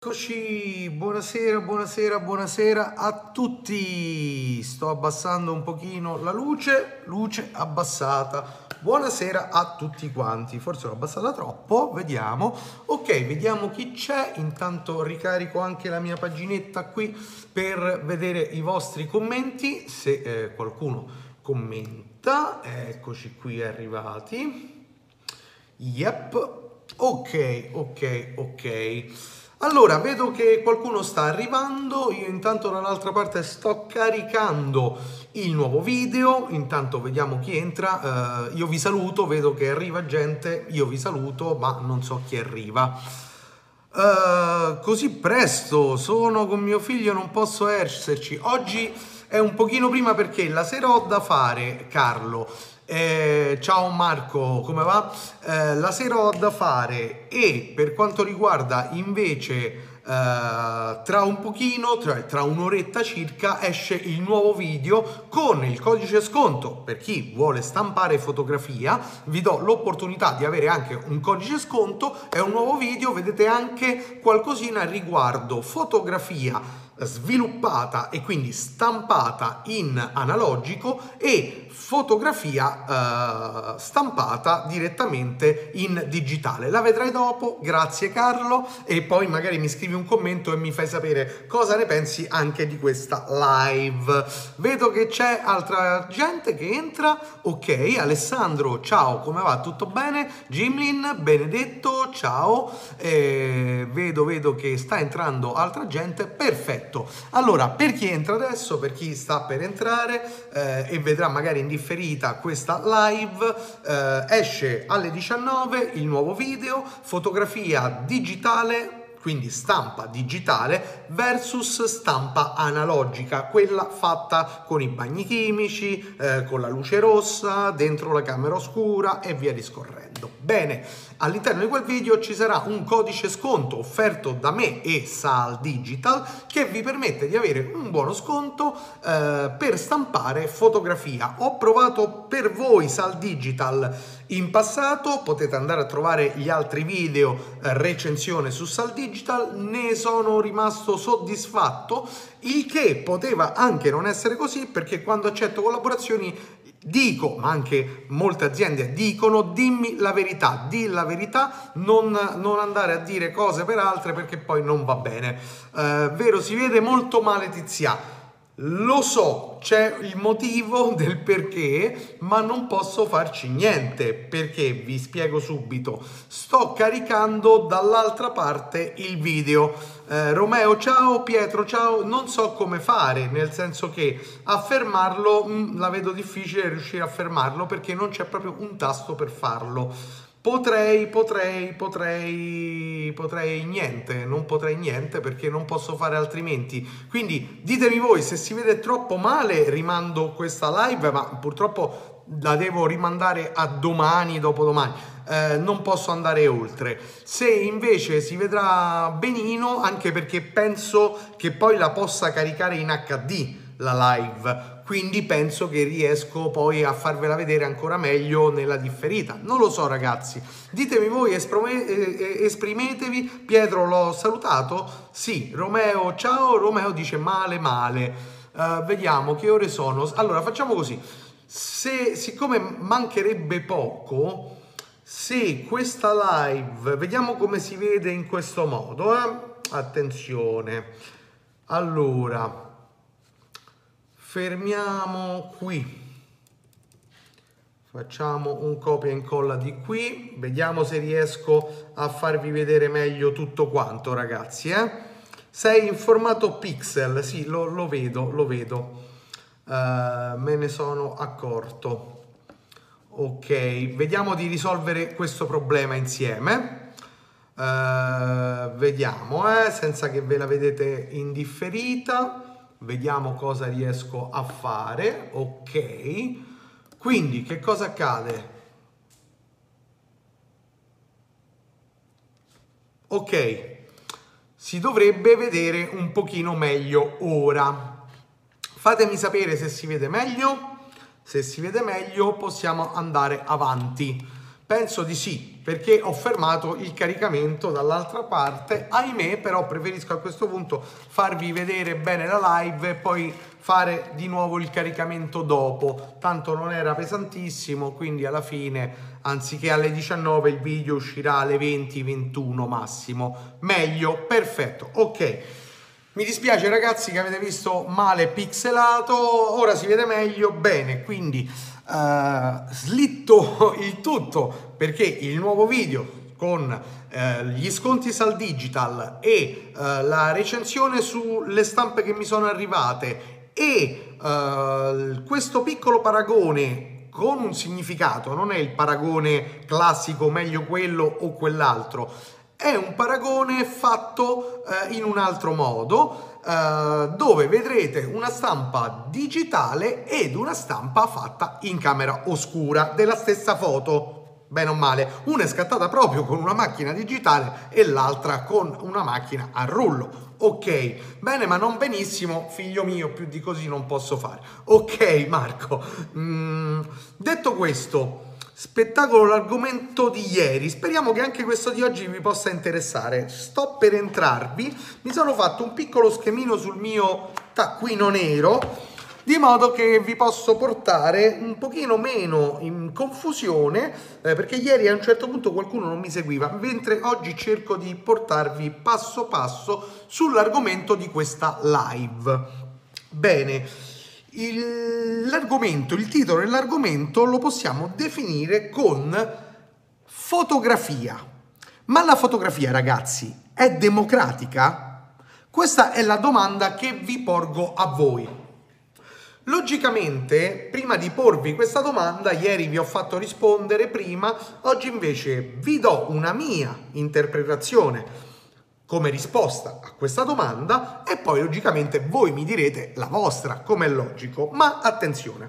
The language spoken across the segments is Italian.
Eccoci, buonasera, buonasera, buonasera a tutti. Sto abbassando un pochino la luce abbassata. Buonasera a tutti quanti. Forse l'ho abbassata troppo, vediamo. Ok, vediamo chi c'è. Intanto ricarico anche la mia paginetta qui per vedere i vostri commenti. Se qualcuno commenta, eccoci qui arrivati. Yep. Ok. Allora, vedo che qualcuno sta arrivando, io intanto dall'altra parte sto caricando il nuovo video, intanto vediamo chi entra, io vi saluto, vedo che arriva gente, io vi saluto, ma non so chi arriva. Così presto, sono con mio figlio, non posso esserci. Oggi è un pochino prima perché la sera ho da fare, Carlo. Ciao Marco, come va? La sera ho da fare e per quanto riguarda invece tra un pochino, tra un'oretta circa, esce il nuovo video con il codice sconto. Per chi vuole stampare fotografia, vi do l'opportunità di avere anche un codice sconto. È un nuovo video, vedete anche qualcosina riguardo fotografia sviluppata e quindi stampata in analogico e fotografia stampata direttamente in digitale. La vedrai dopo, grazie Carlo, e poi magari mi scrivi un commento e mi fai sapere cosa ne pensi anche di questa live. Vedo che c'è altra gente che entra. Ok, Alessandro, ciao, come va? Tutto bene? Gimlin, Benedetto, ciao. Vedo che sta entrando altra gente, perfetto. Allora, per chi entra adesso, per chi sta per entrare e vedrà magari in differita questa live, esce alle 19 il nuovo video, fotografia digitale, quindi stampa digitale versus stampa analogica, quella fatta con i bagni chimici, con la luce rossa, dentro la camera oscura e via discorrendo. Bene, all'interno di quel video ci sarà un codice sconto offerto da me e Sal Digital che vi permette di avere un buono sconto per stampare fotografia. Ho provato per voi Sal Digital in passato, potete andare a trovare gli altri video recensione su Sal Digital, ne sono rimasto soddisfatto, il che poteva anche non essere così perché quando accetto collaborazioni dico, ma anche molte aziende dicono, dimmi la verità, di la verità, non andare a dire cose per altre perché poi non va bene. Vero, si vede molto male Tizia. Lo so, c'è il motivo del perché, ma non posso farci niente, perché vi spiego subito. Sto caricando dall'altra parte il video. Romeo, ciao, Pietro, ciao. Non so come fare, nel senso che a fermarlo la vedo difficile riuscire a fermarlo perché non c'è proprio un tasto per farlo. Potrei niente, non potrei niente perché non posso fare altrimenti. Quindi ditemi voi se si vede troppo male, rimando questa live, ma purtroppo la devo rimandare a domani, dopodomani. Non posso andare oltre. Se invece si vedrà benino, anche perché penso che poi la possa caricare in HD la live, quindi penso che riesco poi a farvela vedere ancora meglio nella differita. Non lo so ragazzi, ditemi voi, esprimetevi. Pietro l'ho salutato? Sì. Romeo, ciao. Romeo dice male. Vediamo che ore sono. Allora facciamo così, siccome mancherebbe poco, se questa live, vediamo come si vede in questo modo, attenzione. Allora fermiamo qui, facciamo un copia e incolla di qui, vediamo se riesco a farvi vedere meglio tutto quanto ragazzi. Sei in formato pixel, sì, lo vedo, me ne sono accorto. Ok, vediamo di risolvere questo problema insieme. Vediamo, senza che ve la vedete in differita. Vediamo cosa riesco a fare. Ok, quindi che cosa accade? Ok, si dovrebbe vedere un pochino meglio ora. Fatemi sapere se si vede meglio. Se si vede meglio possiamo andare avanti. Penso di sì, perché ho fermato il caricamento dall'altra parte, ahimè, però preferisco a questo punto farvi vedere bene la live e poi fare di nuovo il caricamento dopo, tanto non era pesantissimo, quindi alla fine, anziché alle 19 il video uscirà alle 20-21 massimo, meglio, perfetto, ok. Mi dispiace ragazzi che avete visto male pixelato, ora si vede meglio, bene, quindi slitto il tutto perché il nuovo video con gli sconti Sal Digital e la recensione sulle stampe che mi sono arrivate e questo piccolo paragone con un significato, non è il paragone classico meglio quello o quell'altro, è un paragone fatto in un altro modo, dove vedrete una stampa digitale ed una stampa fatta in camera oscura della stessa foto, bene o male. Una è scattata proprio con una macchina digitale e l'altra con una macchina a rullo. Ok, bene, ma non benissimo, figlio mio, più di così non posso fare. Ok, Marco. Detto questo, spettacolo l'argomento di ieri, speriamo che anche questo di oggi vi possa interessare. Sto per entrarvi, mi sono fatto un piccolo schemino sul mio taccuino nero, di modo che vi posso portare un pochino meno in confusione, perché ieri a un certo punto qualcuno non mi seguiva, mentre oggi cerco di portarvi passo passo sull'argomento di questa live. Bene, l'argomento, il titolo dell'argomento lo possiamo definire con fotografia. Ma la fotografia, ragazzi, è democratica? Questa è la domanda che vi porgo a voi. Logicamente, prima di porvi questa domanda, ieri vi ho fatto rispondere prima, oggi invece vi do una mia interpretazione come risposta a questa domanda e poi logicamente voi mi direte la vostra, come è logico. Ma attenzione.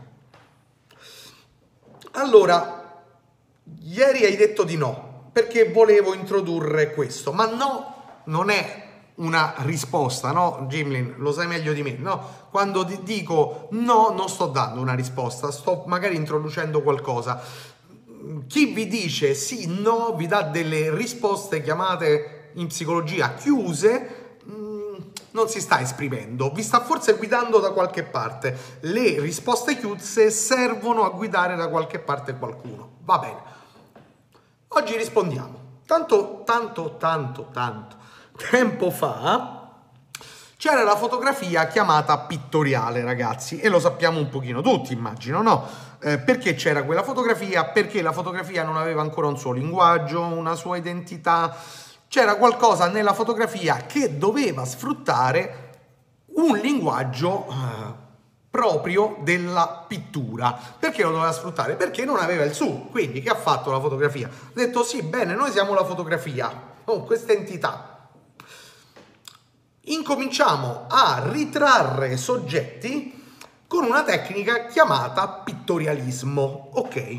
Allora, ieri hai detto di no, perché volevo introdurre questo, ma no, non è una risposta, no? Gimlin, lo sai meglio di me, no? Quando dico no, non sto dando una risposta, sto magari introducendo qualcosa. Chi vi dice sì, no, vi dà delle risposte chiamate in psicologia chiuse, non si sta esprimendo, vi sta forse guidando da qualche parte. Le risposte chiuse servono a guidare da qualche parte qualcuno. Va bene. Oggi rispondiamo. Tanto tempo fa c'era la fotografia chiamata pittoriale, ragazzi, e lo sappiamo un pochino tutti, immagino, no? Perché c'era quella fotografia? Perché la fotografia non aveva ancora un suo linguaggio, una sua identità. C'era qualcosa nella fotografia che doveva sfruttare un linguaggio proprio della pittura. Perché lo doveva sfruttare? Perché non aveva il suo. Quindi che ha fatto la fotografia? Ha detto sì, bene, noi siamo la fotografia, questa entità. Incominciamo a ritrarre soggetti con una tecnica chiamata pittorialismo. Ok.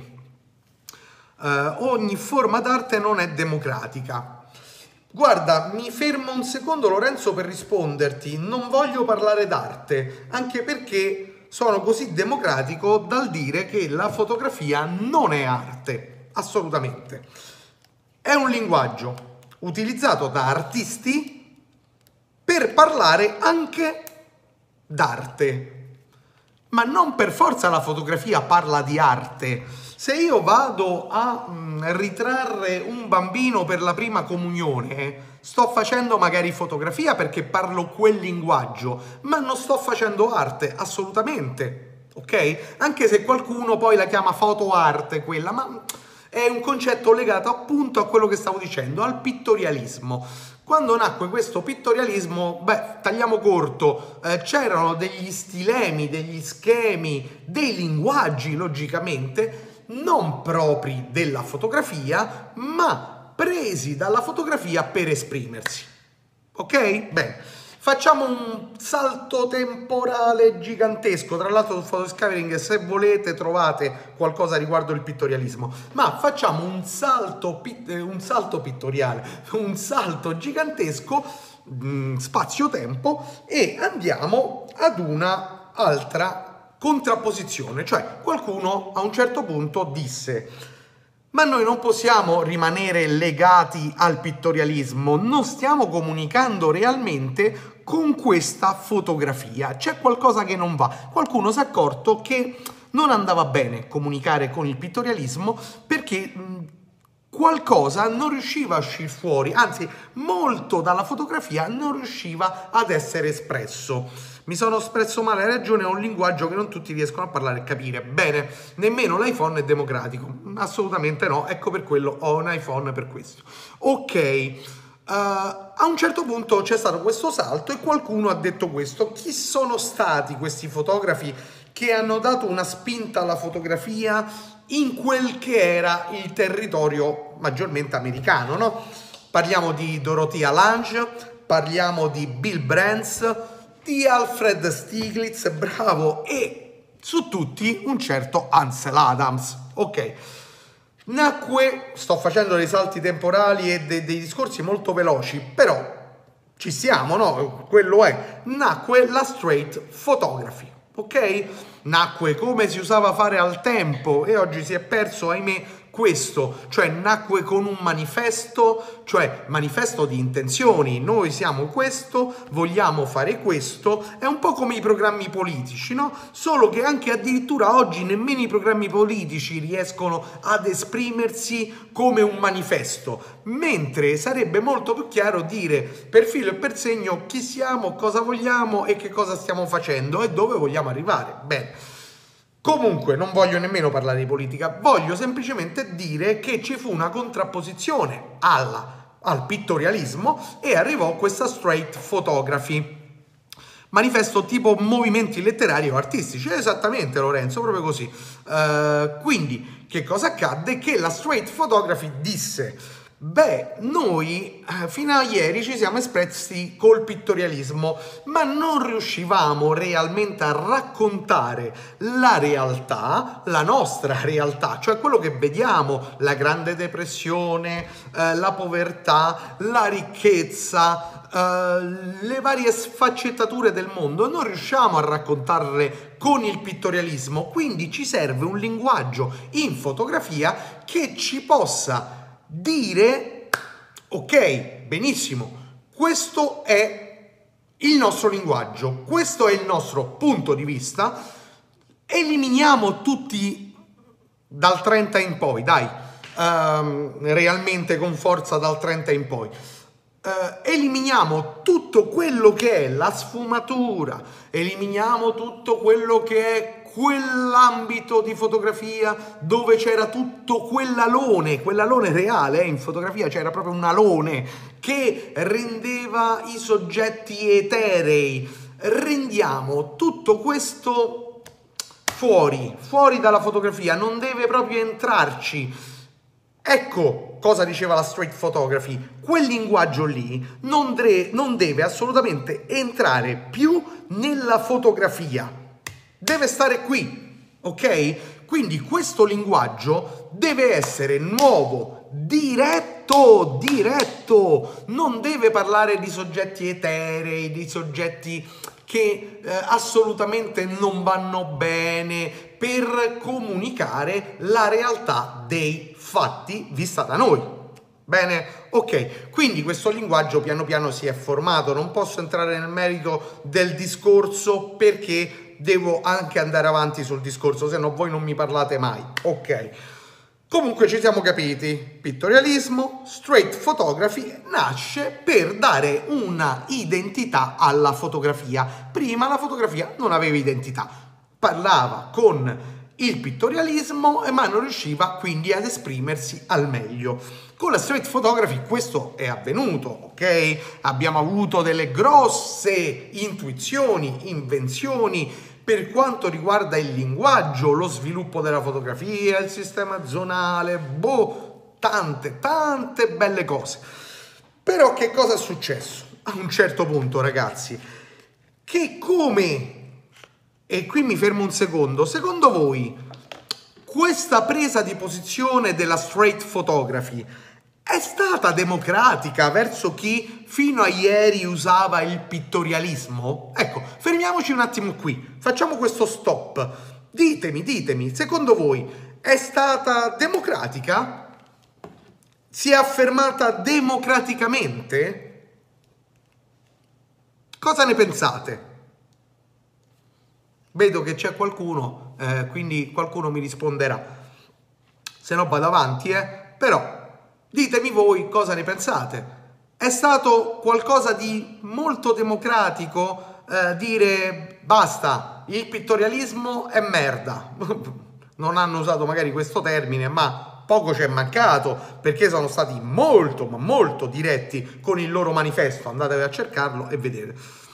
Ogni forma d'arte non è democratica. Guarda, mi fermo un secondo, Lorenzo, per risponderti. Non voglio parlare d'arte, anche perché sono così democratico dal dire che la fotografia non è arte, assolutamente. È un linguaggio utilizzato da artisti per parlare anche d'arte. Ma non per forza la fotografia parla di arte. Se io vado a ritrarre un bambino per la prima comunione, sto facendo magari fotografia perché parlo quel linguaggio, ma non sto facendo arte, assolutamente, ok? Anche se qualcuno poi la chiama fotoarte quella, ma è un concetto legato appunto a quello che stavo dicendo, al pittorialismo. Quando nacque questo pittorialismo, tagliamo corto, c'erano degli stilemi, degli schemi, dei linguaggi, logicamente, non propri della fotografia, ma presi dalla fotografia per esprimersi. Ok? Bene. Facciamo un salto temporale gigantesco, tra l'altro su Photoscavering se volete trovate qualcosa riguardo il pittorialismo, ma facciamo un salto pittoriale, un salto gigantesco, spazio-tempo, e andiamo ad una altra contrapposizione, cioè qualcuno a un certo punto disse: Ma noi non possiamo rimanere legati al pittorialismo, non stiamo comunicando realmente con questa fotografia. C'è qualcosa che non va. Qualcuno si è accorto che non andava bene comunicare con il pittorialismo perché qualcosa non riusciva a uscire fuori, anzi molto dalla fotografia non riusciva ad essere espresso. Mi sono espresso male, hai ragione, è un linguaggio che non tutti riescono a parlare e capire. Bene, nemmeno l'iPhone è democratico. Assolutamente no, ecco per quello ho un iPhone per questo. Ok, a un certo punto c'è stato questo salto e qualcuno ha detto questo. Chi sono stati questi fotografi che hanno dato una spinta alla fotografia in quel che era il territorio maggiormente americano, no? Parliamo di Dorothea Lange, parliamo di Bill Brands, di Alfred Stieglitz, bravo, e su tutti un certo Ansel Adams. Ok, nacque, sto facendo dei salti temporali e dei discorsi molto veloci, però ci siamo, no? Quello è, nacque la straight photography, ok? Nacque come si usava fare al tempo e oggi si è perso, ahimè, questo, cioè nacque con un manifesto, cioè manifesto di intenzioni, noi siamo questo, vogliamo fare questo, è un po' come i programmi politici, no? Solo che anche addirittura oggi nemmeno i programmi politici riescono ad esprimersi come un manifesto, mentre sarebbe molto più chiaro dire per filo e per segno chi siamo, cosa vogliamo e che cosa stiamo facendo e dove vogliamo arrivare. Bene. Comunque non voglio nemmeno parlare di politica, voglio semplicemente dire che ci fu una contrapposizione al pittorialismo e arrivò questa straight photography, manifesto tipo movimenti letterari o artistici, esattamente Lorenzo, proprio così. Quindi che cosa accadde? Che la straight photography disse: beh, noi fino a ieri ci siamo espressi col pittorialismo, ma non riuscivamo realmente a raccontare la realtà, la nostra realtà, cioè quello che vediamo, la Grande Depressione, la povertà, la ricchezza, le varie sfaccettature del mondo, non riusciamo a raccontarle con il pittorialismo, quindi ci serve un linguaggio in fotografia che ci possa dire: ok, benissimo, questo è il nostro linguaggio, questo è il nostro punto di vista, eliminiamo tutti dal 30 in poi, dai, realmente con forza dal 30 in poi. Eliminiamo tutto quello che è la sfumatura, eliminiamo tutto quello che è quell'ambito di fotografia dove c'era tutto quell'alone reale, in fotografia c'era proprio un alone che rendeva i soggetti eterei. Rendiamo tutto questo fuori dalla fotografia, non deve proprio entrarci. Ecco cosa diceva la straight photography: quel linguaggio lì non deve assolutamente entrare più nella fotografia, deve stare qui, ok? Quindi questo linguaggio deve essere nuovo, diretto, non deve parlare di soggetti eterei, di soggetti che assolutamente non vanno bene per comunicare la realtà dei fatti vista da noi. Bene? Ok, quindi questo linguaggio piano piano si è formato, non posso entrare nel merito del discorso perché devo anche andare avanti sul discorso, se no voi non mi parlate mai. Ok. Comunque ci siamo capiti, pittorialismo, straight photography nasce per dare una identità alla fotografia. Prima la fotografia non aveva identità, parlava con il pittorialismo ma non riusciva quindi ad esprimersi al meglio. Con la straight photography questo è avvenuto, ok? Abbiamo avuto delle grosse intuizioni, invenzioni per quanto riguarda il linguaggio, lo sviluppo della fotografia, il sistema zonale, tante belle cose. Però che cosa è successo? A un certo punto, ragazzi, che come, e qui mi fermo un secondo, secondo voi questa presa di posizione della straight photography è stata democratica verso chi fino a ieri usava il pittorialismo? Ecco, fermiamoci un attimo qui, facciamo questo stop. Ditemi, secondo voi è stata democratica? Si è affermata democraticamente? Cosa ne pensate? Vedo che c'è qualcuno, quindi qualcuno mi risponderà. Se no vado avanti, Però ditemi voi cosa ne pensate. È stato qualcosa di molto democratico dire basta, il pittorialismo è merda. Non hanno usato magari questo termine, ma poco ci è mancato, perché sono stati molto, ma molto diretti con il loro manifesto. Andatevi a cercarlo e vedete.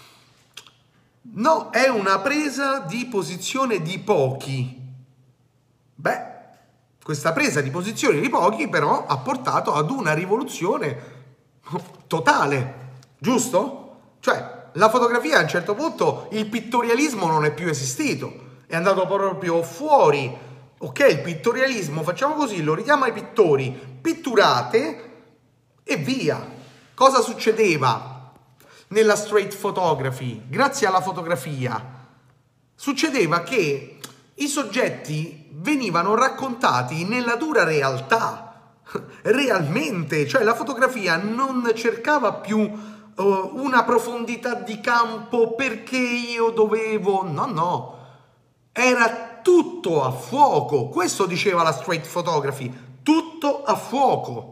No, è una presa di posizione di pochi. Beh, questa presa di posizione di pochi però ha portato ad una rivoluzione totale, giusto? Cioè, la fotografia a un certo punto, il pittorialismo non è più esistito, è andato proprio fuori. Ok, il pittorialismo, facciamo così, lo richiama ai pittori, pitturate e via. Cosa succedeva nella street photography? Grazie alla fotografia succedeva che i soggetti venivano raccontati nella dura realtà, realmente, cioè la fotografia non cercava più una profondità di campo perché io dovevo, no, era tutto a fuoco, questo diceva la street photography, tutto a fuoco.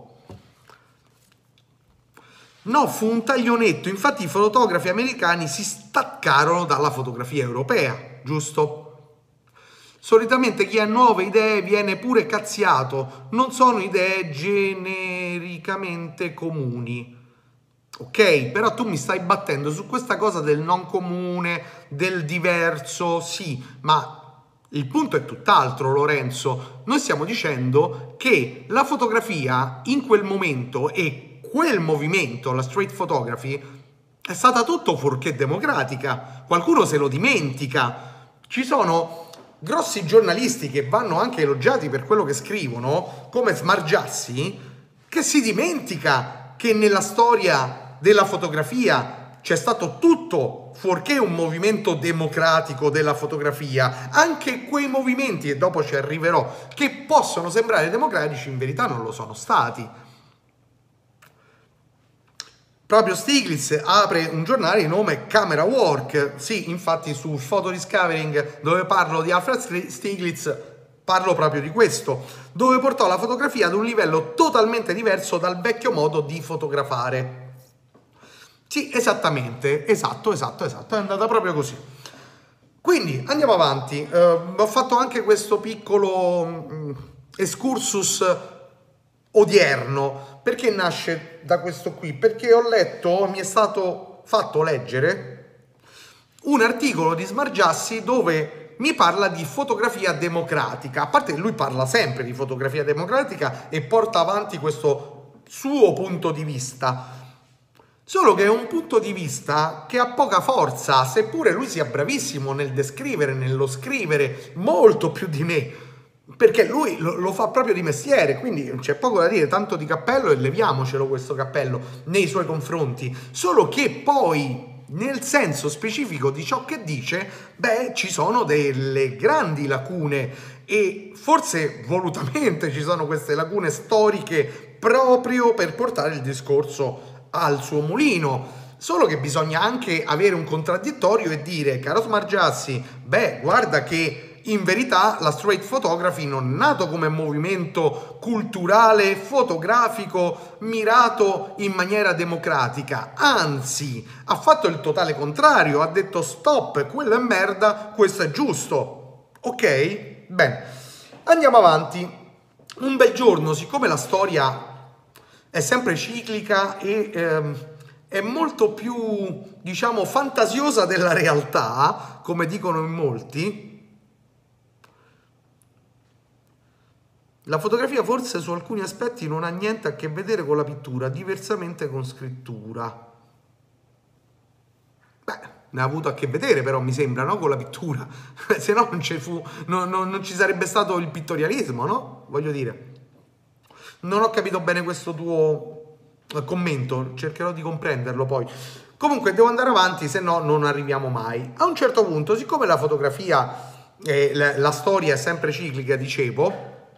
No, fu un taglionetto, infatti i fotografi americani si staccarono dalla fotografia europea, giusto? Solitamente chi ha nuove idee viene pure cazziato, non sono idee genericamente comuni. Ok, però tu mi stai battendo su questa cosa del non comune, del diverso, sì, ma il punto è tutt'altro, Lorenzo. Noi stiamo dicendo che la fotografia in quel momento e quel movimento, la street photography, è stata tutto fuorché democratica. Qualcuno se lo dimentica. Ci sono grossi giornalisti che vanno anche elogiati per quello che scrivono, come Smargiassi, che si dimentica che nella storia della fotografia c'è stato tutto fuorché un movimento democratico della fotografia. Anche quei movimenti, e dopo ci arriverò, che possono sembrare democratici in verità non lo sono stati. Proprio Stiglitz apre un giornale di nome Camera Work. Sì, infatti su Photo Discovering, dove parlo di Alfred Stiglitz, parlo proprio di questo, dove portò la fotografia ad un livello totalmente diverso dal vecchio modo di fotografare. Sì, esattamente, esatto, è andata proprio così. Quindi andiamo avanti. Ho fatto anche questo piccolo excursus odierno. Perché nasce da questo qui? Perché ho letto, mi è stato fatto leggere un articolo di Smargiassi dove mi parla di fotografia democratica. A parte che lui parla sempre di fotografia democratica e porta avanti questo suo punto di vista. Solo che è un punto di vista che ha poca forza, seppure lui sia bravissimo nel descrivere, nello scrivere, molto più di me, perché lui lo fa proprio di mestiere, quindi c'è poco da dire, tanto di cappello e leviamocelo questo cappello nei suoi confronti. Solo che poi, nel senso specifico di ciò che dice, ci sono delle grandi lacune e forse volutamente ci sono queste lacune storiche proprio per portare il discorso al suo mulino. Solo che bisogna anche avere un contraddittorio e dire, caro Smargiassi, guarda che in verità la street photography non è nato come movimento culturale, fotografico, mirato in maniera democratica, anzi ha fatto il totale contrario, ha detto stop, quello è merda, questo è giusto. Ok? Bene, andiamo avanti. Un bel giorno, siccome la storia è sempre ciclica e è molto più, diciamo, fantasiosa della realtà, come dicono in molti, la fotografia forse su alcuni aspetti non ha niente a che vedere con la pittura, diversamente con scrittura. Ne ha avuto a che vedere però, mi sembra, no? Con la pittura. Se no non ci sarebbe stato il pittorialismo, no? Voglio dire. Non ho capito bene questo tuo commento, cercherò di comprenderlo poi. Comunque devo andare avanti, se no non arriviamo mai. A un certo punto, siccome la fotografia, la storia è sempre ciclica, dicevo,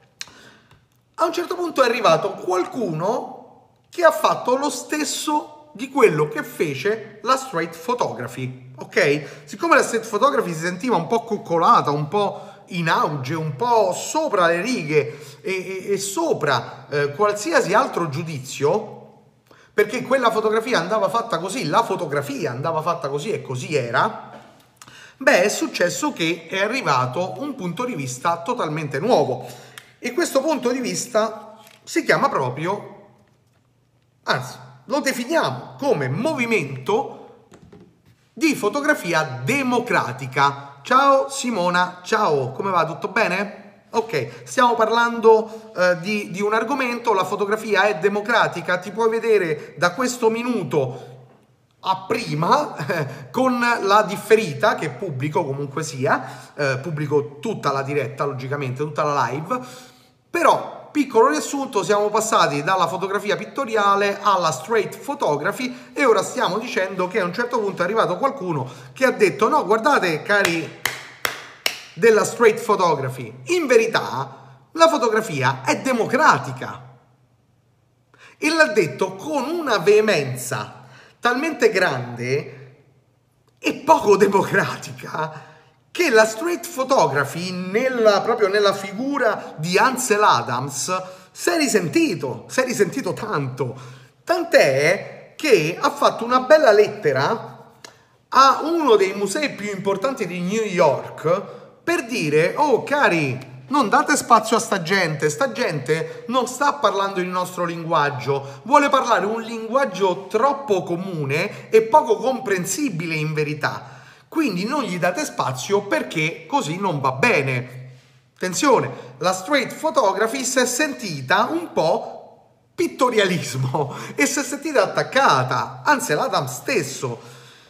A un certo punto è arrivato qualcuno che ha fatto lo stesso di quello che fece la street photography, ok? Siccome la street photography si sentiva un po' coccolata, un po' in auge, un po' sopra le righe e sopra qualsiasi altro giudizio, perché quella fotografia andava fatta così, la fotografia andava fatta così e così era, beh, è successo che è arrivato un punto di vista totalmente nuovo. E questo punto di vista si chiama proprio, anzi, lo definiamo come movimento di fotografia democratica. Ciao Simona, ciao, come va? Tutto bene? Ok, stiamo parlando di un argomento, la fotografia è democratica, ti puoi vedere da questo minuto a prima con la differita che pubblico comunque sia, pubblico tutta la diretta logicamente, tutta la live, però piccolo riassunto, siamo passati dalla fotografia pittoriale alla straight photography e ora stiamo dicendo che a un certo punto è arrivato qualcuno che ha detto no, guardate cari della straight photography, in verità la fotografia è democratica e l'ha detto con una veemenza talmente grande e poco democratica che la street photography proprio nella figura di Ansel Adams si è risentito tanto, tant'è che ha fatto una bella lettera a uno dei musei più importanti di New York per dire oh cari, non date spazio a sta gente non sta parlando il nostro linguaggio, vuole parlare un linguaggio troppo comune e poco comprensibile in verità. Quindi non gli date spazio perché così non va bene. Attenzione, la street photography si è sentita un po' pittorialismo e si è sentita attaccata, anzi l'Adam stesso.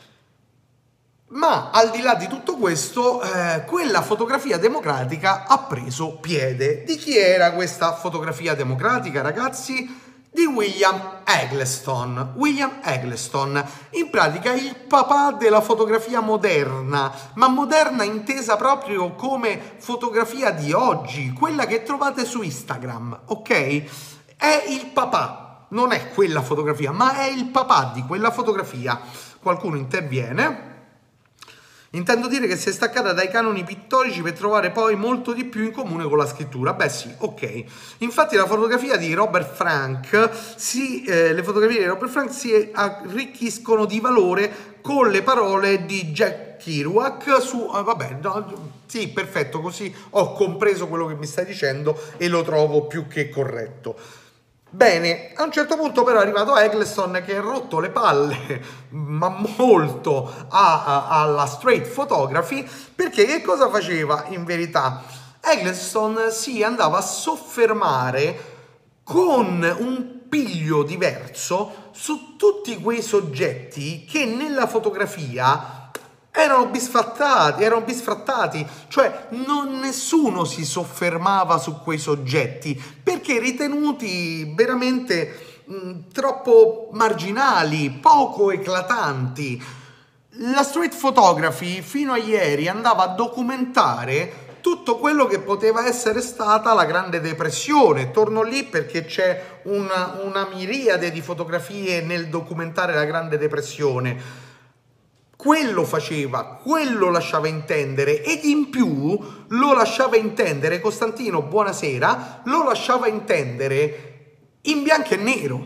Ma al di là di tutto questo, quella fotografia democratica ha preso piede. Di chi era questa fotografia democratica, ragazzi? Di William Eggleston. William Eggleston, in pratica il papà della fotografia moderna, ma moderna intesa proprio come fotografia di oggi, quella che trovate su Instagram, ok? È il papà, non è quella fotografia, ma è il papà di quella fotografia. Qualcuno interviene. Intendo dire che si è staccata dai canoni pittorici per trovare poi molto di più in comune con la scrittura. Beh sì, ok. Infatti la fotografia di Robert Frank, le fotografie di Robert Frank si arricchiscono di valore con le parole di Jack Kerouac su... vabbè, no, sì, perfetto, così ho compreso quello che mi stai dicendo e lo trovo più che corretto. Bene, a un certo punto però è arrivato Eggleston che ha rotto le palle, ma molto, alla straight photography, perché che cosa faceva in verità? Eggleston si andava a soffermare con un piglio diverso su tutti quei soggetti che nella fotografia erano bisfrattati, cioè nessuno si soffermava su quei soggetti perché ritenuti veramente troppo marginali, poco eclatanti. La street photography fino a ieri andava a documentare tutto quello che poteva essere stata la Grande Depressione. Torno lì perché c'è una miriade di fotografie nel documentare la Grande Depressione. Quello faceva, quello lasciava intendere ed in più lo lasciava intendere, Costantino, buonasera, lo lasciava intendere in bianco e nero,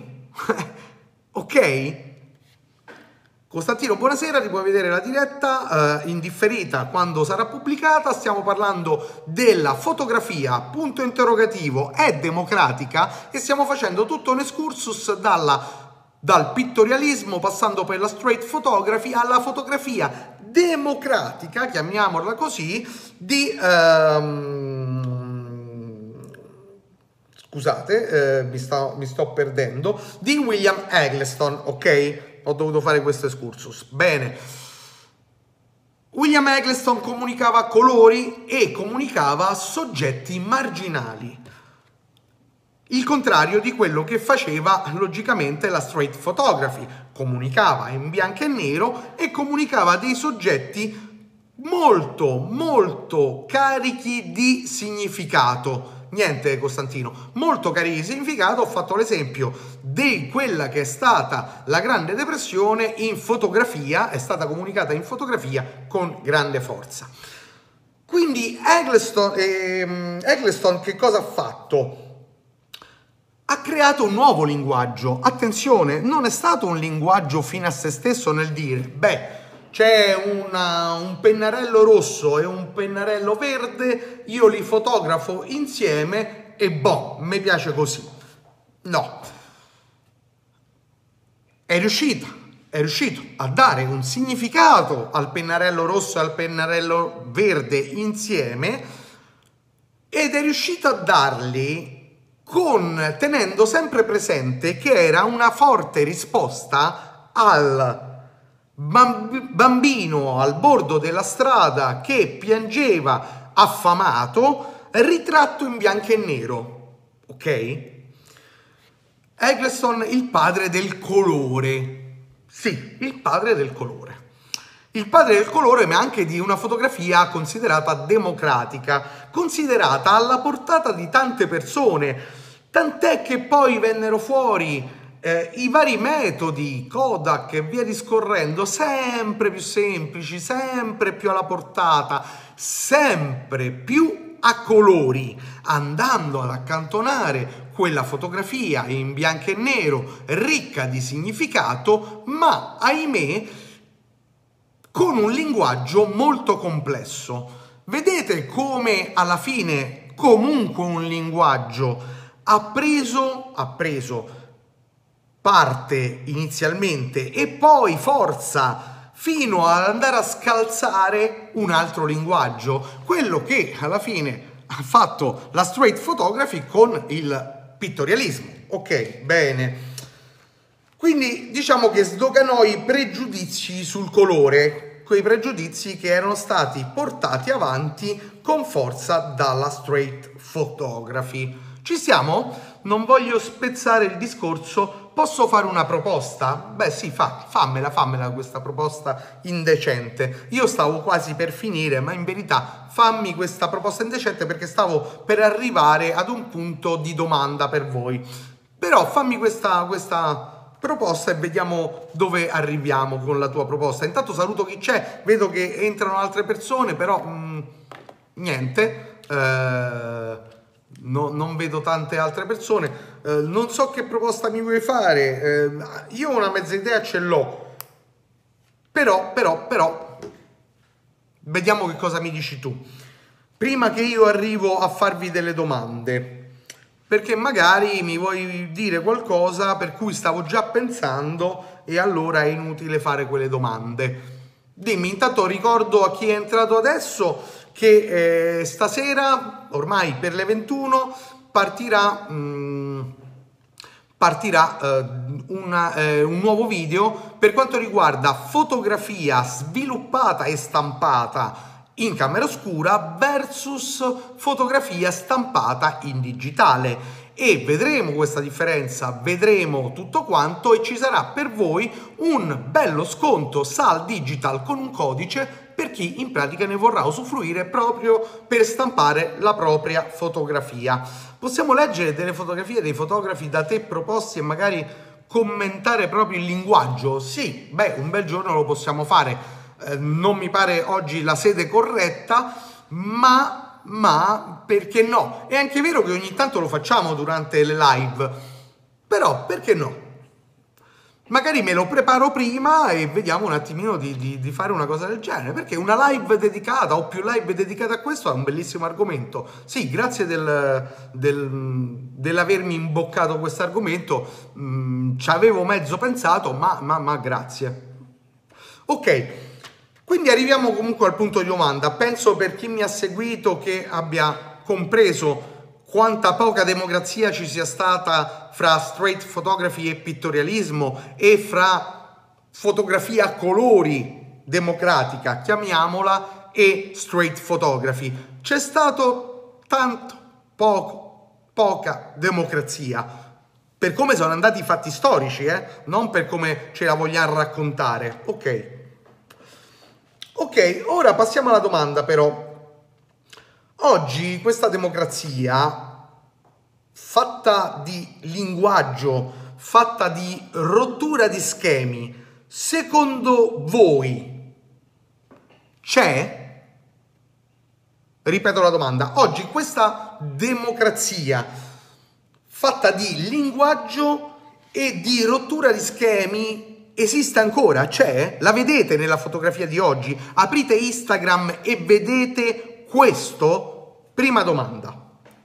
ok? Costantino, buonasera, ti puoi vedere la diretta in differita quando sarà pubblicata, stiamo parlando della fotografia, punto interrogativo, è democratica e stiamo facendo tutto un excursus dal pittorialismo passando per la straight photography alla fotografia democratica, chiamiamola così, di scusate, mi sto perdendo, di William Eggleston, ok? Ho dovuto fare questo excursus. Bene. William Eggleston comunicava colori e comunicava soggetti marginali. Il contrario di quello che faceva logicamente la straight photography, comunicava in bianco e nero e comunicava dei soggetti molto carichi di significato. Niente, Costantino, molto carini di significato. Ho fatto l'esempio di quella che è stata la Grande Depressione in fotografia, è stata comunicata in fotografia con grande forza. Quindi Eccleston che cosa ha fatto? Ha creato un nuovo linguaggio. Attenzione, non è stato un linguaggio fine a se stesso nel dire, beh, c'è un pennarello rosso e un pennarello verde, io li fotografo insieme e boh, mi piace così. No. È riuscito a dare un significato al pennarello rosso e al pennarello verde insieme, ed è riuscito a darli tenendo sempre presente che era una forte risposta al bambino al bordo della strada che piangeva affamato, ritratto in bianco e nero, ok? Eccleston, il padre del colore. Sì, il padre del colore. Il padre del colore, ma anche di una fotografia considerata democratica, considerata alla portata di tante persone, tant'è che poi vennero fuori i vari metodi Kodak e via discorrendo, sempre più semplici, sempre più alla portata, sempre più a colori, andando ad accantonare quella fotografia in bianco e nero ricca di significato, ma ahimè con un linguaggio molto complesso. Vedete come alla fine comunque un linguaggio ha preso parte inizialmente e poi forza fino ad andare a scalzare un altro linguaggio, quello che alla fine ha fatto la straight photography con il pittorialismo. Ok, bene. Quindi diciamo che sdoganò i pregiudizi sul colore, quei pregiudizi che erano stati portati avanti con forza dalla straight photography. Ci siamo? Non voglio spezzare il discorso, posso fare una proposta? Beh sì, fammela questa proposta indecente. Io stavo quasi per finire, ma in verità fammi questa proposta indecente perché stavo per arrivare ad un punto di domanda per voi. Però fammi questa proposta e vediamo dove arriviamo con la tua proposta. Intanto saluto chi c'è, vedo che entrano altre persone, però niente. Non vedo tante altre persone, non so che proposta mi vuoi fare, io una mezza idea ce l'ho, però vediamo che cosa mi dici tu, prima che io arrivo a farvi delle domande, perché magari mi vuoi dire qualcosa per cui stavo già pensando e allora è inutile fare quelle domande. Dimmi, intanto ricordo a chi è entrato adesso che stasera, ormai per le 21, partirà un nuovo video per quanto riguarda fotografia sviluppata e stampata in camera oscura versus fotografia stampata in digitale. E vedremo questa differenza, vedremo tutto quanto e ci sarà per voi un bello sconto Sal Digital con un codice per chi in pratica ne vorrà usufruire proprio per stampare la propria fotografia. Possiamo leggere delle fotografie dei fotografi da te proposti e magari commentare proprio il linguaggio? Sì, beh, un bel giorno lo possiamo fare. Non mi pare oggi la sede corretta, ma perché no? È anche vero che ogni tanto lo facciamo durante le live, però perché no? Magari me lo preparo prima e vediamo un attimino di fare una cosa del genere, perché una live dedicata o più live dedicate a questo è un bellissimo argomento. Sì, grazie dell'avermi imboccato questo argomento, ci avevo mezzo pensato, ma grazie. Ok, quindi arriviamo comunque al punto di domanda. Penso per chi mi ha seguito che abbia compreso quanta poca democrazia ci sia stata fra straight photography e pittorialismo e fra fotografia a colori democratica, chiamiamola, e straight photography. C'è stato poca democrazia, per come sono andati i fatti storici, non per come ce la vogliamo raccontare. Ok, ora passiamo alla domanda però. Oggi questa democrazia fatta di linguaggio, fatta di rottura di schemi, secondo voi c'è? Ripeto la domanda. Oggi questa democrazia fatta di linguaggio e di rottura di schemi esiste ancora? C'è? La vedete nella fotografia di oggi? Aprite Instagram e vedete questo? Prima domanda.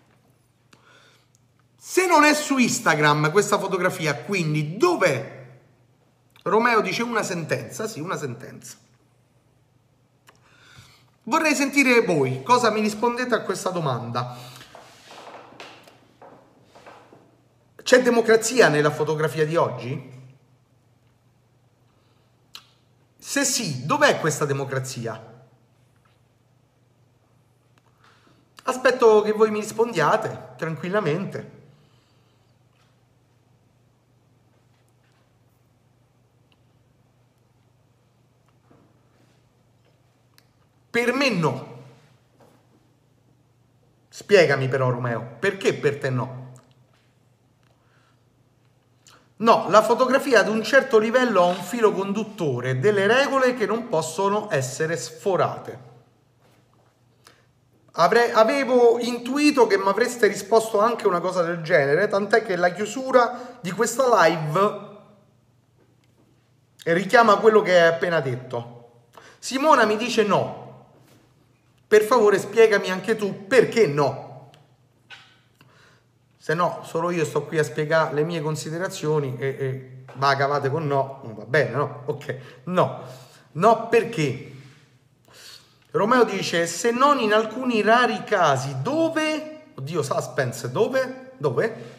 Se non è su Instagram questa fotografia, quindi dov'è? Romeo dice una sentenza. Sì, una sentenza. Vorrei sentire voi cosa mi rispondete a questa domanda. C'è democrazia nella fotografia di oggi? Se sì, dov'è questa democrazia? Aspetto che voi mi rispondiate tranquillamente. Per me no. Spiegami però, Romeo, perché per te no? No, la fotografia ad un certo livello ha un filo conduttore, delle regole che non possono essere sforate. Avevo intuito che mi avreste risposto anche una cosa del genere, tant'è che la chiusura di questa live richiama quello che hai appena detto. Simona mi dice no. Per favore spiegami anche tu perché no. Se no, solo io sto qui a spiegare le mie considerazioni e va cavate con no, non va bene, no? Ok, no. No perché? Romeo dice, se non in alcuni rari casi, dove? Oddio, suspense, dove? Dove?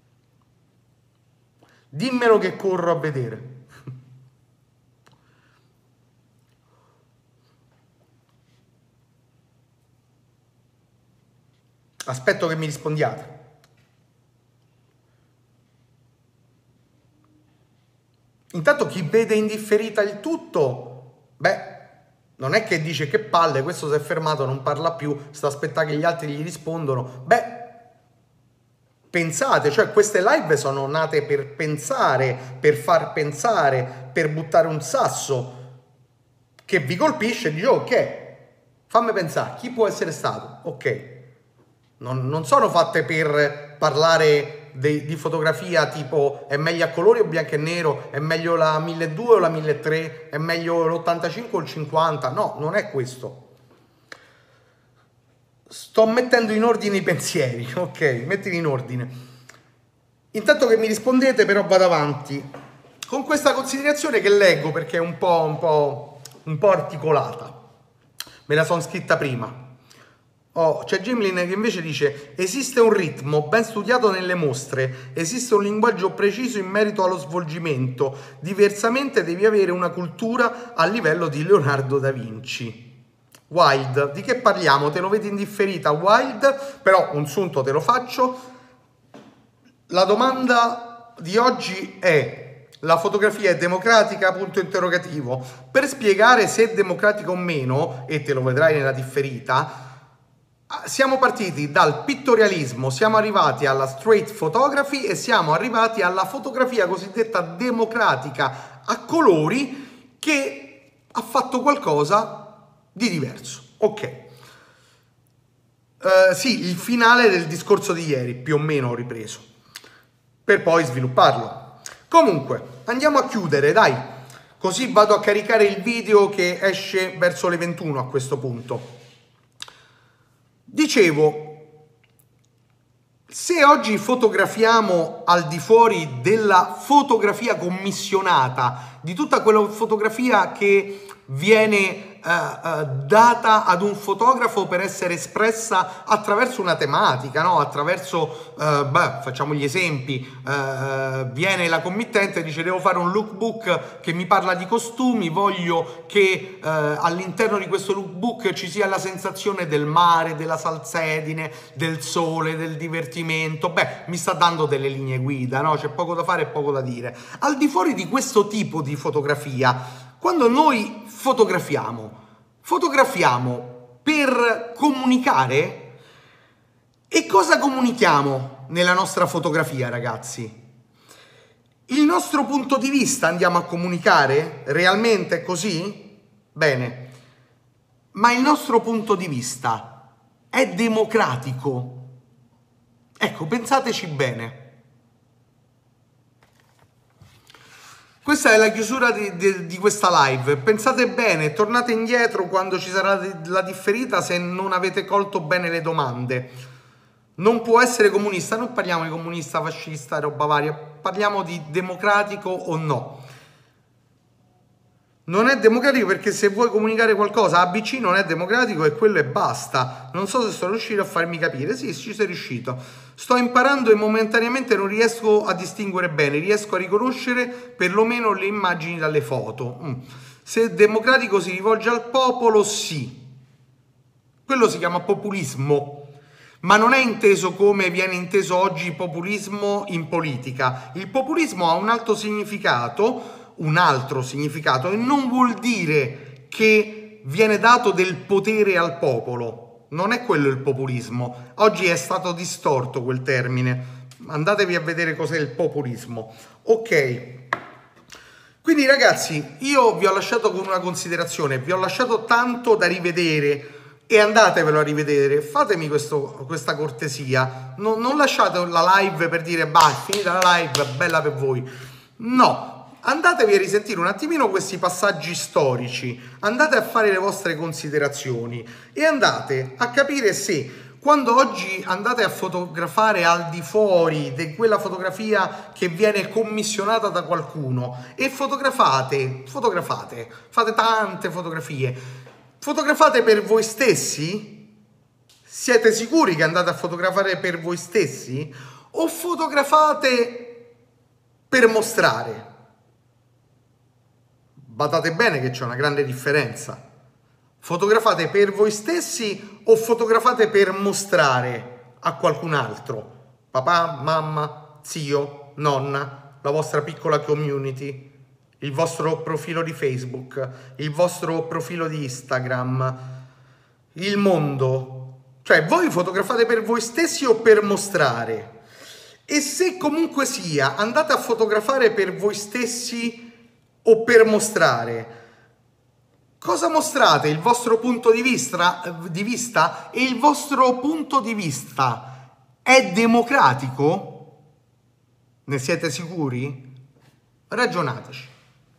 Dimmelo che corro a vedere. Aspetto che mi rispondiate. Intanto chi vede indifferita il tutto, beh, non è che dice che palle, questo si è fermato, non parla più, sta aspettando che gli altri gli rispondono. Beh, pensate, cioè queste live sono nate per pensare, per far pensare, per buttare un sasso che vi colpisce e dice ok, fammi pensare, chi può essere stato? Ok. Non sono fatte per parlare di fotografia tipo è meglio a colori o bianco e nero, è meglio la 1200 o la 1300, è meglio l'85 o il 50, no, non è questo. Sto mettendo in ordine i pensieri, ok, mettili in ordine. Intanto che mi rispondete però vado avanti con questa considerazione che leggo perché è un po' articolata, me la sono scritta prima. Oh, c'è Gimlin che invece dice esiste un ritmo ben studiato nelle mostre, esiste un linguaggio preciso in merito allo svolgimento, diversamente devi avere una cultura a livello di Leonardo da Vinci. Wild, di che parliamo? Te lo vedi indifferita Wild, però un sunto te lo faccio. La domanda di oggi è: la fotografia è democratica? Punto interrogativo. Per spiegare se è democratica o meno, e te lo vedrai nella differita, siamo partiti dal pittorialismo, siamo arrivati alla straight photography e siamo arrivati alla fotografia cosiddetta democratica a colori che ha fatto qualcosa di diverso. Ok. Sì, il finale del discorso di ieri, più o meno ho ripreso, per poi svilupparlo. Comunque, andiamo a chiudere, dai, così vado a caricare il video che esce verso le 21 a questo punto. Dicevo, se oggi fotografiamo al di fuori della fotografia commissionata, di tutta quella fotografia che viene data ad un fotografo per essere espressa attraverso una tematica, no? Attraverso, facciamo gli esempi, viene la committente e dice devo fare un lookbook che mi parla di costumi, voglio che all'interno di questo lookbook ci sia la sensazione del mare, della salsedine, del sole, del divertimento. Beh, mi sta dando delle linee guida, no? C'è poco da fare e poco da dire. Al di fuori di questo tipo di fotografia, quando noi fotografiamo per comunicare. E cosa comunichiamo? nella nostra fotografia, ragazzi? Il nostro punto di vista andiamo a comunicare? Realmente è così? Bene. Ma il nostro punto di vista è democratico? Ecco, pensateci bene. Questa è la chiusura di questa live. Pensate bene, tornate indietro quando ci sarà la differita se non avete colto bene le domande. Non può essere comunista, non parliamo di comunista, fascista, roba varia, parliamo di democratico o no. Non è democratico perché se vuoi comunicare qualcosa ABC non è democratico e quello e basta. Non so se sto riuscito a farmi capire. Sì, ci sei riuscito. Sto imparando e momentaneamente non riesco a distinguere bene, riesco a riconoscere perlomeno le immagini dalle foto. Se democratico si rivolge al popolo, sì. Quello si chiama populismo. Ma non è inteso come viene inteso oggi populismo in politica. Il populismo ha un altro significato e non vuol dire che viene dato del potere al popolo. Non è quello il populismo. Oggi è stato distorto quel termine. Andatevi a vedere cos'è il populismo. Ok. Quindi ragazzi, io vi ho lasciato con una considerazione, vi ho lasciato tanto da rivedere e andatevelo a rivedere, fatemi questa cortesia, non lasciate la live per dire bah, è finita la live, bella per voi. No, andatevi a risentire un attimino questi passaggi storici, andate a fare le vostre considerazioni e andate a capire se quando oggi andate a fotografare al di fuori di quella fotografia che viene commissionata da qualcuno e fate tante fotografate per voi stessi? Siete sicuri che andate a fotografare per voi stessi? O fotografate per mostrare? Badate bene che c'è una grande differenza. Fotografate per voi stessi o fotografate per mostrare a qualcun altro? Papà, mamma, zio, nonna, la vostra piccola community, il vostro profilo di Facebook, il vostro profilo di Instagram, il mondo. Cioè, voi fotografate per voi stessi o per mostrare? E se comunque sia, andate a fotografare per voi stessi o per mostrare? Cosa mostrate? Il vostro punto di vista? E il vostro punto di vista è democratico? Ne siete sicuri? Ragionateci.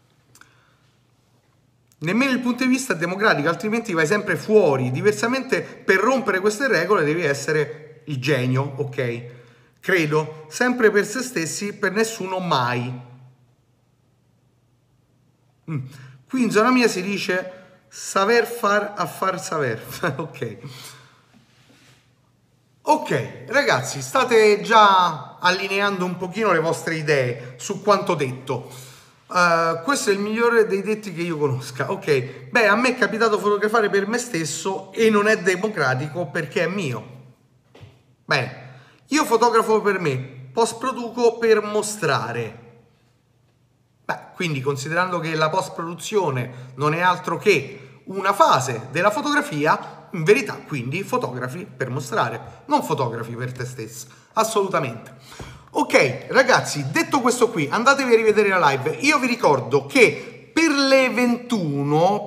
Nemmeno il punto di vista è democratico, altrimenti vai sempre fuori. Diversamente, per rompere queste regole devi essere il genio, ok? Credo, sempre per se stessi, per nessuno mai. Qui in zona mia si dice saber far a far saber. Ok. Ok, ragazzi, state già allineando un pochino le vostre idee su quanto detto. Questo è il migliore dei detti che io conosca. Ok, beh, a me è capitato fotografare per me stesso e non è democratico perché è mio. Bene, io fotografo per me, post-produco per mostrare. Beh, quindi considerando che la post-produzione non è altro che una fase della fotografia, in verità quindi fotografi per mostrare, non fotografi per te stesso, assolutamente. Ok, ragazzi, detto questo qui, andatevi a rivedere la live. Io vi ricordo che per le 21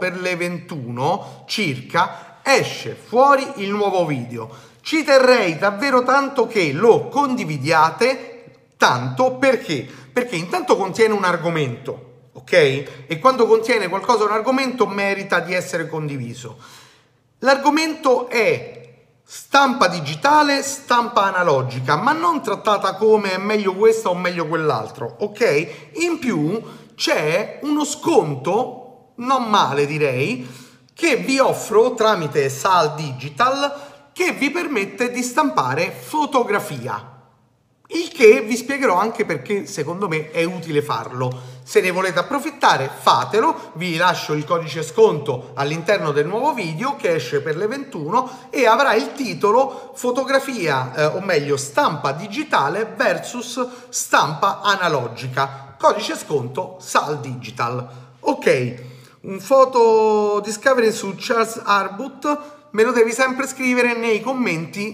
circa esce fuori il nuovo video. Ci terrei davvero tanto che lo condividiate, tanto perché intanto contiene un argomento, ok? E quando contiene qualcosa, un argomento, merita di essere condiviso. L'argomento è stampa digitale, stampa analogica, ma non trattata come è meglio questa o meglio quell'altro, ok? In più c'è uno sconto, non male direi, che vi offro tramite Sal Digital, che vi permette di stampare fotografia. Il che vi spiegherò anche perché secondo me è utile farlo. Se ne volete approfittare, fatelo. Vi lascio il codice sconto all'interno del nuovo video che esce per le 21 e avrà il titolo fotografia, o meglio stampa digitale versus stampa analogica. Codice sconto Sal Digital. Ok, un foto discovery su Charles Arbut me lo devi sempre scrivere nei commenti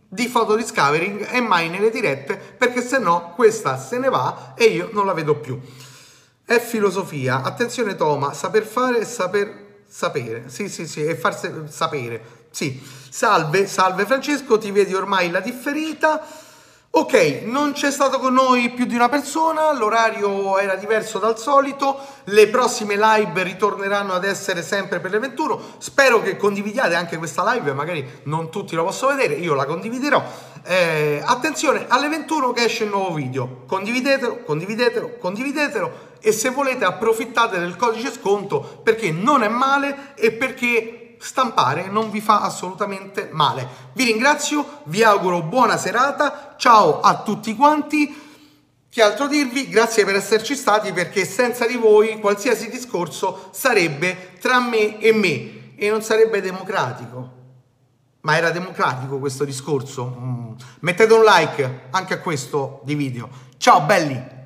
di photodiscovering e mai nelle dirette, perché se no questa se ne va e io non la vedo più. È filosofia. Attenzione Toma, saper fare e saper sapere. Sì, e farsi sapere. Sì. Salve Francesco, ti vedi ormai la differita. Ok, non c'è stato con noi più di una persona, l'orario era diverso dal solito, le prossime live ritorneranno ad essere sempre per le 21, spero che condividiate anche questa live, magari non tutti lo possono vedere, io la condividerò. Attenzione, alle 21 che esce il nuovo video, condividetelo e se volete approfittate del codice sconto perché non è male e perché stampare non vi fa assolutamente male. Vi ringrazio, vi auguro buona serata, ciao a tutti quanti. Che altro dirvi? Grazie per esserci stati, perché senza di voi qualsiasi discorso sarebbe tra me e non sarebbe democratico. Ma era democratico questo discorso? Mettete un like anche a questo di video. Ciao belli!